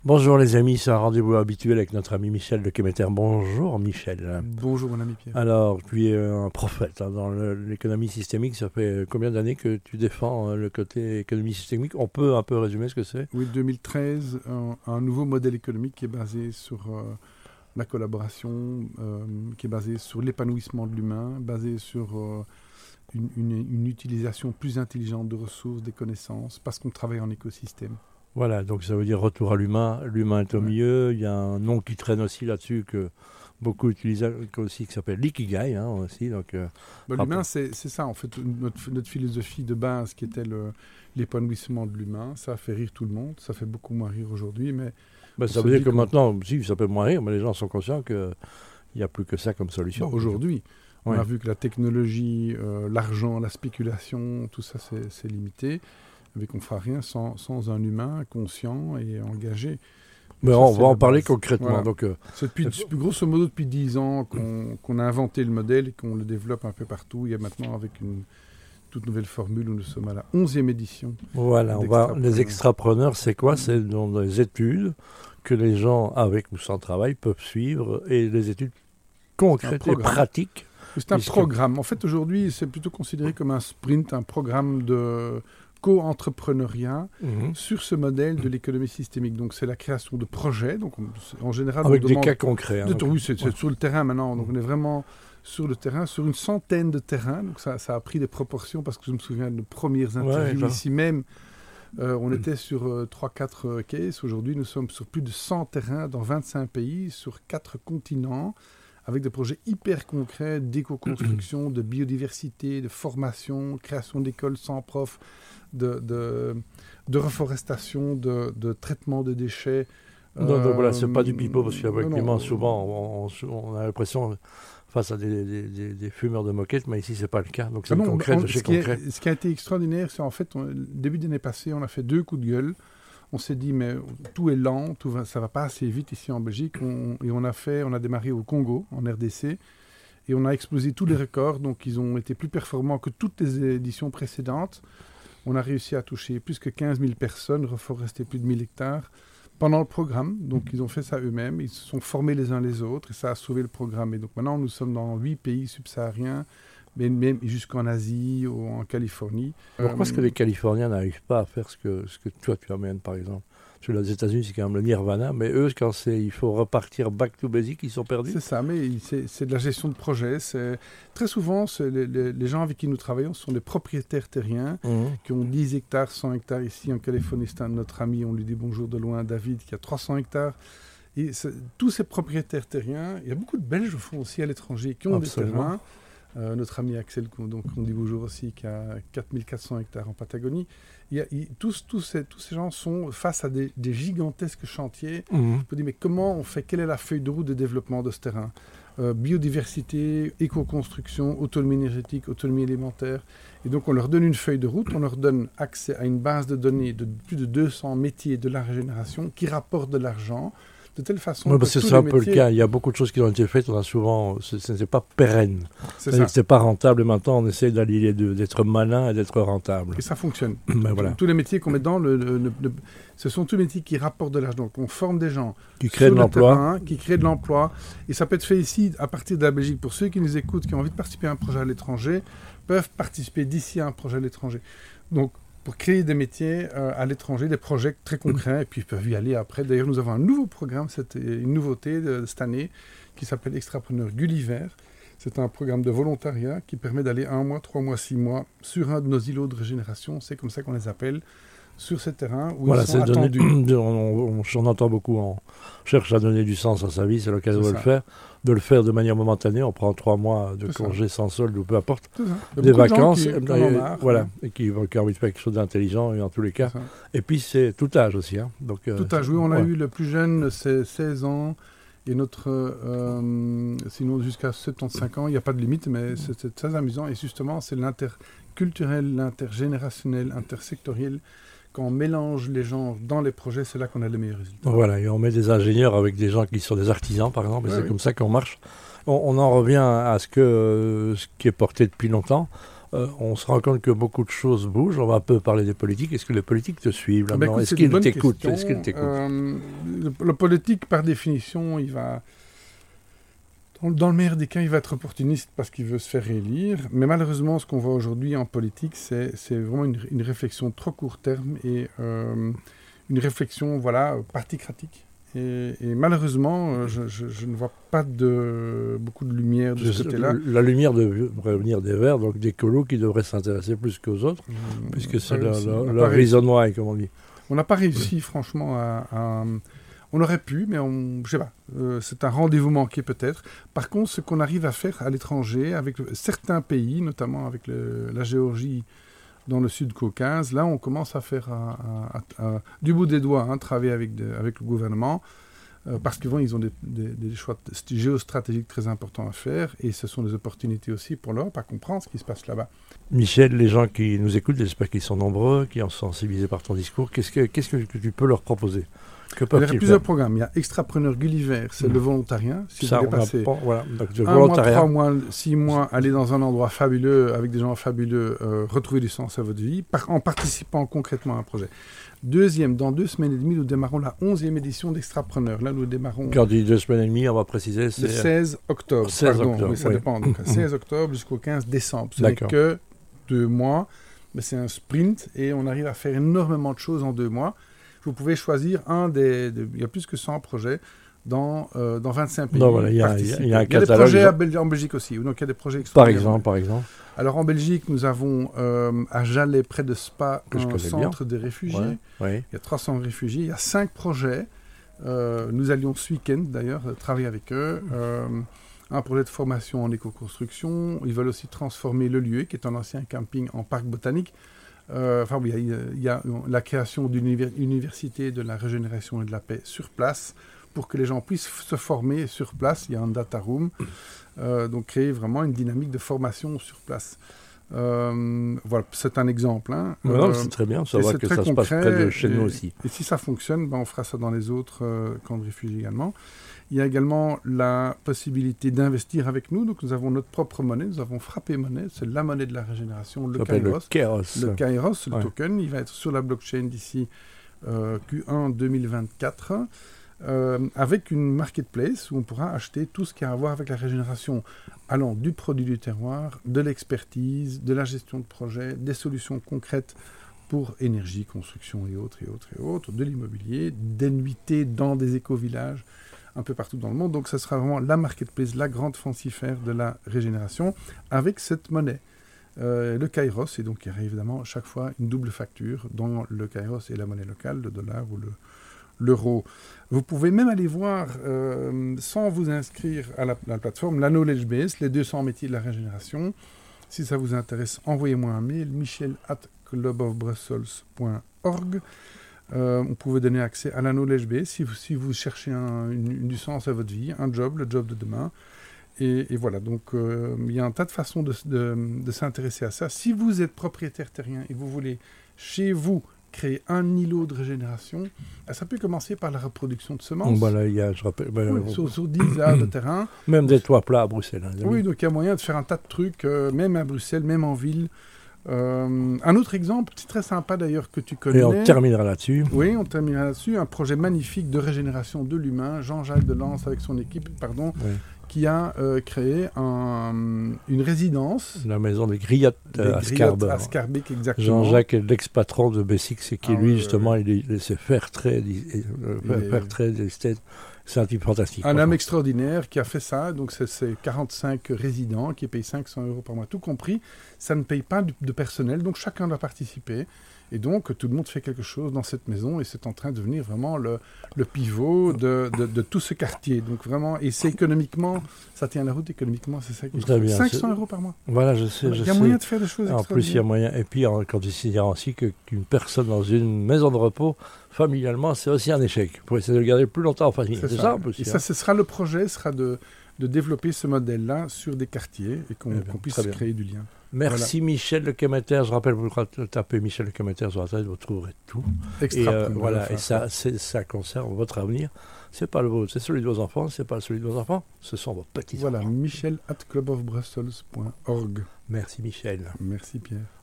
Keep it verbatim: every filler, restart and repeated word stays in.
Bonjour les amis, c'est un rendez-vous habituel avec notre ami Michel de Kemeter. Bonjour Michel. Bonjour mon ami Pierre. Alors, tu es un prophète hein, dans le, l'économie systémique. Ça fait combien d'années que tu défends euh, le côté économie systémique? On peut un peu résumer ce que c'est? Oui, deux mille treize, un, un nouveau modèle économique qui est basé sur euh, la collaboration, euh, qui est basé sur l'épanouissement de l'humain, basé sur euh, une, une, une utilisation plus intelligente de ressources, des connaissances, parce qu'on travaille en écosystème. Voilà, donc ça veut dire retour à l'humain. L'humain est au Ouais. milieu. Il y a un nom qui traîne aussi là-dessus que beaucoup utilisent aussi, qui s'appelle l'ikigai hein, aussi. Donc, euh, Bah, rappel- l'humain, c'est, c'est ça, en fait, notre, notre philosophie de base qui était le, l'épanouissement de l'humain. Ça fait rire tout le monde, ça fait beaucoup moins rire aujourd'hui, mais ben, on ça se veut dire dit que qu'on- maintenant, si ça peut moins rire, mais les gens sont conscients qu'il n'y a plus que ça comme solution. Bon, aujourd'hui, on Oui. a vu que la technologie, euh, l'argent, la spéculation, tout ça, c'est, c'est limité. Mais qu'on ne fera rien sans, sans un humain conscient et engagé. Mais Ça, on c'est va en la parler base. concrètement. Voilà. Donc, euh, C'est depuis, depuis- grosso modo depuis dix ans qu'on, qu'on a inventé le modèle et qu'on le développe un peu partout. Il y a maintenant avec une toute nouvelle formule où nous sommes à la onzième édition. Voilà, on va, d'extrapreneurs. les extrapreneurs, c'est quoi? C'est dans des études que les gens avec ou sans travail peuvent suivre et des études concrètes et programme. pratiques. C'est un Puisque- programme. En fait, aujourd'hui, c'est plutôt considéré comme un sprint, un programme de co-entrepreneuriat Mhm. sur ce modèle de l'économie systémique. Donc, c'est la création de projets. Donc, on- en général, on Avec des demande... cas concrets. hein, De- donc- oui, c'est, c'est ouais. sur le terrain maintenant. Donc, on est vraiment sur le terrain, sur une centaine de terrains. Donc, ça, ça a pris des proportions parce que je me souviens de nos premières interviews genre. ici même. Euh, on était sur euh, trois quatre euh, cases. Aujourd'hui, nous sommes sur plus de cent terrains dans vingt-cinq pays, sur quatre continents, avec des projets hyper concrets d'éco-construction, de biodiversité, de formation, création d'écoles sans prof, de, de, de reforestation, de, de traitement de déchets. Non, donc voilà, Euh, c'est pas du pipeau parce non, qu'effectivement, non. souvent, on, on- on a l'impression face à des, des- des- des fumeurs de moquettes, mais ici, c'est pas le cas. Donc, c'est Ah le non, concret on- de chez ce, qui est- concret. ce qui a été extraordinaire, c'est en fait, on- début d'année passée, on a fait deux coups de gueule. On s'est dit, mais tout est lent, tout va, ça va pas assez vite ici en Belgique. On- et on a fait, on a démarré au Congo, en R D C, et on a explosé tous les records. Donc, ils ont été plus performants que toutes les éditions précédentes. On a réussi à toucher plus que quinze mille personnes, reforester plus de mille hectares pendant le programme. Donc, ils ont fait ça eux-mêmes. Ils se sont formés les uns les autres et ça a sauvé le programme. Et donc, maintenant, nous sommes dans huit pays subsahariens, mais même jusqu'en Asie ou en Californie. Pourquoi est-ce que Euh, les Californiens n'arrivent pas à faire ce que, ce que toi, tu amènes, par exemple? Parce que les États-Unis, c'est quand même le nirvana, mais eux, quand c'est, il faut repartir back to basic, ils sont perdus. C'est ça, mais il- c'est, c'est de la gestion de projet. C'est, très souvent, c'est les, les- les gens avec qui nous travaillons sont des propriétaires terriens Mhm. qui ont dix hectares, cent hectares. Ici, en Californie, c'est un de notre ami, on lui dit bonjour de loin, David, qui a trois cents hectares. Et c'est- tous ces propriétaires terriens, il y a beaucoup de Belges au fond aussi à l'étranger qui ont Absolument. des terrains. Euh, notre ami Axel, qu'on, donc, on dit bonjour aussi, qui a quatre mille quatre cents hectares en Patagonie. Il y a- il- tous, tous, ces, tous ces gens sont face à des, des gigantesques chantiers. Mhm. On dit, mais comment on fait? Quelle est la feuille de route de développement de ce terrain? Euh, biodiversité, éco-construction, autonomie énergétique, autonomie alimentaire. Et donc, on leur donne une feuille de route, on leur donne accès à une base de données de plus de deux cents métiers de la régénération qui rapportent de l'argent, de telle façon Oui, que parce que tous c'est un les peu métiers... le cas. Il y a beaucoup de choses qui ont été faites. On a souvent, ce ce n'est pas pérenne. C'est C'est-à-dire ça. que c'est pas rentable. Et maintenant, on essaie d'allier les deux, d'être malin et d'être rentable. Et ça fonctionne. Ben voilà. Tous les métiers qu'on met dans le, le- le- le- ce sont tous les métiers qui rapportent de l'argent. Donc, on forme des gens Qui crée sur de le l'emploi. terrain, qui créent de l'emploi. Et ça peut être fait ici, à partir de la Belgique. Pour ceux qui nous écoutent, qui ont envie de participer à un projet à l'étranger, peuvent participer d'ici à un projet à l'étranger. Donc, pour créer des métiers euh, à l'étranger, des projets très concrets, et puis ils peuvent y aller après. D'ailleurs, nous avons un nouveau programme, c'est une nouveauté de, de cette année, qui s'appelle Extrapreneur Gulliver. C'est un programme de volontariat qui permet d'aller un mois, trois mois, six mois sur un de nos îlots de régénération, c'est comme ça qu'on les appelle, sur ces terrains où Voilà, ils sont c'est donner, attendus. de- on, on- on entend beaucoup, on cherche à donner du sens à sa vie, c'est l'occasion C'est de le ça. faire. De le faire de manière momentanée, on prend trois mois de C'est ça. congé sans solde ou peu importe, C'est ça. Il y a des beaucoup de gens vacances, qui- et, qui en ont marre, voilà, hein. et qui, qui ont envie de faire quelque chose d'intelligent, et en tous les cas. C'est ça. Et puis c'est tout âge aussi. Hein. Donc, euh, Tout à jouer. On a ouais. eu le plus jeune, c'est seize ans. Et notre, euh, sinon jusqu'à soixante-quinze ans, il n'y a pas de limite, mais c'est c'est très amusant. Et justement, c'est l'interculturel, l'intergénérationnel, intersectoriel. Quand on mélange les gens dans les projets, c'est là qu'on a les meilleurs résultats. Voilà, et on met des ingénieurs avec des gens qui sont des artisans, par exemple, et Ouais, c'est oui. comme ça qu'on marche. On, on en revient à ce, que, euh, ce qui est porté depuis longtemps. euh, on se rend compte que beaucoup de choses bougent. On va un peu parler des politiques. Est-ce que les politiques te suivent là, Ah ben écoute, Est-ce c'est qu'ils une bonne t'écoutent question. Est-ce qu'ils t'écoutent Euh, le, le politique, par définition, il va... Dans, dans le meilleur des cas, il va être opportuniste parce qu'il veut se faire réélire. Mais malheureusement, ce qu'on voit aujourd'hui en politique, c'est, c'est vraiment une, une réflexion trop court terme et euh, une réflexion, voilà, particratique. Et, et malheureusement, euh, je, je, je ne vois pas de, beaucoup de lumière de Je ce sais- côté-là. La lumière devrait venir des Verts, donc des colos qui devraient s'intéresser plus qu'aux autres, Mmh, puisque c'est pas leur, réussi. leur, On n'a leur pas réussi. reason why, comme on dit. On n'a pas réussi, franchement, à, à- On aurait pu, mais on... je sais pas. Euh, c'est un rendez-vous manqué, peut-être. Par contre, ce qu'on arrive à faire à l'étranger, avec le- certains pays, notamment avec le- la Géorgie dans le Sud-Caucase, là, on commence à faire un- un- un- un- du bout des doigts, hein, travailler avec, de- avec le gouvernement, euh, parce qu'ils ils ont des, des- des choix t- géostratégiques très importants à faire, et ce sont des opportunités aussi pour l'Europe à comprendre ce qui se passe là-bas. Michel, les gens qui nous écoutent, j'espère qu'ils sont nombreux, qui sont sensibilisés par ton discours. Qu'est-ce que, qu'est-ce que tu peux leur proposer Que Il y a peuvent-ils plusieurs faire programmes. Il y a Extrapreneur Gulliver, c'est Mm. le volontariat. Si Ça, vous on voulez va passer pas- voilà, donc de un mois, volontariat. trois mois, six mois, aller dans un endroit fabuleux, avec des gens fabuleux, euh, retrouver du sens à votre vie, par- en participant concrètement à un projet. Deuxième, dans deux semaines et demie, nous démarrons la onzième édition d'Extrapreneur. Là, nous démarrons Quand on dit deux semaines et demie, on va préciser, le c'est... seize octobre. seize Pardon, octobre, oui, ça oui. dépend. Donc, seize octobre jusqu'au quinze décembre. Ce n'est D'accord. que deux mois, mais c'est un sprint et on arrive à faire énormément de choses en deux mois. Vous pouvez choisir un des... des- il y a plus que cent projets dans, euh, dans vingt-cinq pays. Non, voilà, il y a- participent. il y a un des catalogue. projets à Bel- en Belgique aussi. Donc, il y a des projets Par extraordinaires. exemple, par exemple. Alors, en Belgique, nous avons euh, à Jalais, près de Spa, Que je un connais centre des réfugiés. Ouais, ouais. Il y a trois cents réfugiés. Il y a cinq projets. Euh, nous allions ce week-end, d'ailleurs, euh, travailler avec eux. Euh, un projet de formation en éco-construction. Ils veulent aussi transformer le lieu, qui est un ancien camping, en parc botanique. Euh, enfin, oui, il y a, il y a la création d'une univers- université de la régénération et de la paix sur place pour que les gens puissent f- se former sur place. Il y a un data room. Euh, donc, créer vraiment une dynamique de formation sur place. Euh, voilà, c'est un exemple. Hein. Ouais, non, Euh, c'est très bien, ça et va c'est que très ça se passe concret, près de chez et- nous aussi. Et si ça fonctionne, ben on fera ça dans les autres euh, camps de réfugiés également. Il y a également la possibilité d'investir avec nous. Donc nous avons notre propre monnaie, nous avons Frappé Monnaie, c'est la monnaie de la régénération, le Ça s'appelle le Kairos. Kairos. Le Kairos, le Ouais. token, il va être sur la blockchain d'ici euh, Q un deux mille vingt-quatre. Euh, avec une marketplace où on pourra acheter tout ce qui a à voir avec la régénération, allant du produit du terroir, de l'expertise, de la gestion de projet, des solutions concrètes pour énergie, construction et autres, et autres, et autres, de l'immobilier, des nuitées dans des éco-villages, un peu partout dans le monde. Donc, ce sera vraiment la marketplace, la grande fancifère de la régénération, avec cette monnaie. Euh, le Kairos, et donc il y aura évidemment chaque fois une double facture dans le Kairos et la monnaie locale, le dollar ou le, l'euro. Vous pouvez même aller voir, euh, sans vous inscrire à la, la plateforme, la Knowledge Base, les deux cents métiers de la régénération. Si ça vous intéresse, envoyez-moi un mail, michel at clubofbrussels point org. Euh, on pouvait donner accès à la Knowledge Base si vous, si vous cherchez un, une, une, du sens à votre vie, un job, le job de demain. Et, et voilà, donc euh, il y a un tas de façons de, de, de s'intéresser à ça. Si vous êtes propriétaire terrien et vous voulez, chez vous, créer un îlot de régénération, ça peut commencer par la reproduction de semences. Voilà, il y a, je rappelle, ben, Oui, euh, sur, sur dix arts de terrain. même des toits plats à Bruxelles. Hein, les Oui, amis. donc il y a moyen de faire un tas de trucs, euh, même à Bruxelles, même en ville. Euh, un autre exemple, c'est très sympa d'ailleurs que tu connais. Et on terminera là-dessus. Oui, on terminera là-dessus. Un projet magnifique de régénération de l'humain. Jean-Jacques Delance avec son équipe, pardon, Oui. qui a euh, créé un, une résidence. La maison des griottes des euh, à griottes Scarbe. à Scarbeck, exactement. Jean-Jacques est l'ex-patron de Bessix et qui, Ah, lui, oui, justement, oui, il, il sait faire trade, il- euh, Il est- faire trade, estate. C'est un type fantastique. Un franchement. homme extraordinaire qui a fait ça. Donc, c'est c'est quarante-cinq résidents qui payent cinq cents euros par mois, tout compris. Ça ne paye pas de, de personnel, donc chacun doit participer. Et donc, tout le monde fait quelque chose dans cette maison et c'est en train de devenir vraiment le, le pivot de, de, de tout ce quartier. Donc, vraiment, et c'est économiquement, ça tient la route économiquement, c'est ça qui Très bien, cinq cents c'est- euros par mois. Voilà, je sais, Voilà, je il y a sais. moyen de faire des choses En plus, il y a extraordinaires. moyen. Et puis, en- quand il y a aussi que- qu'une personne dans une maison de repos, familialement, c'est aussi un échec. Pour essayer de le garder le plus longtemps en famille. C'est ça, un peu Et aussi, ça, hein. ce sera le projet, sera de, de développer ce modèle-là sur des quartiers et qu'on Eh bien, qu'on puisse très bien. créer du lien. Merci voilà. Michel Lecommeter. Je rappelle, vous tapez Michel Lecommeter sur Internet, vous trouverez tout. Extra et euh, voilà, et ça, ça concerne votre avenir. C'est pas le vôtre, c'est celui de vos enfants, c'est pas celui de vos enfants, ce sont vos petits voilà, enfants. Voilà, Michel at club of brussels point org. Merci Michel. Merci Pierre.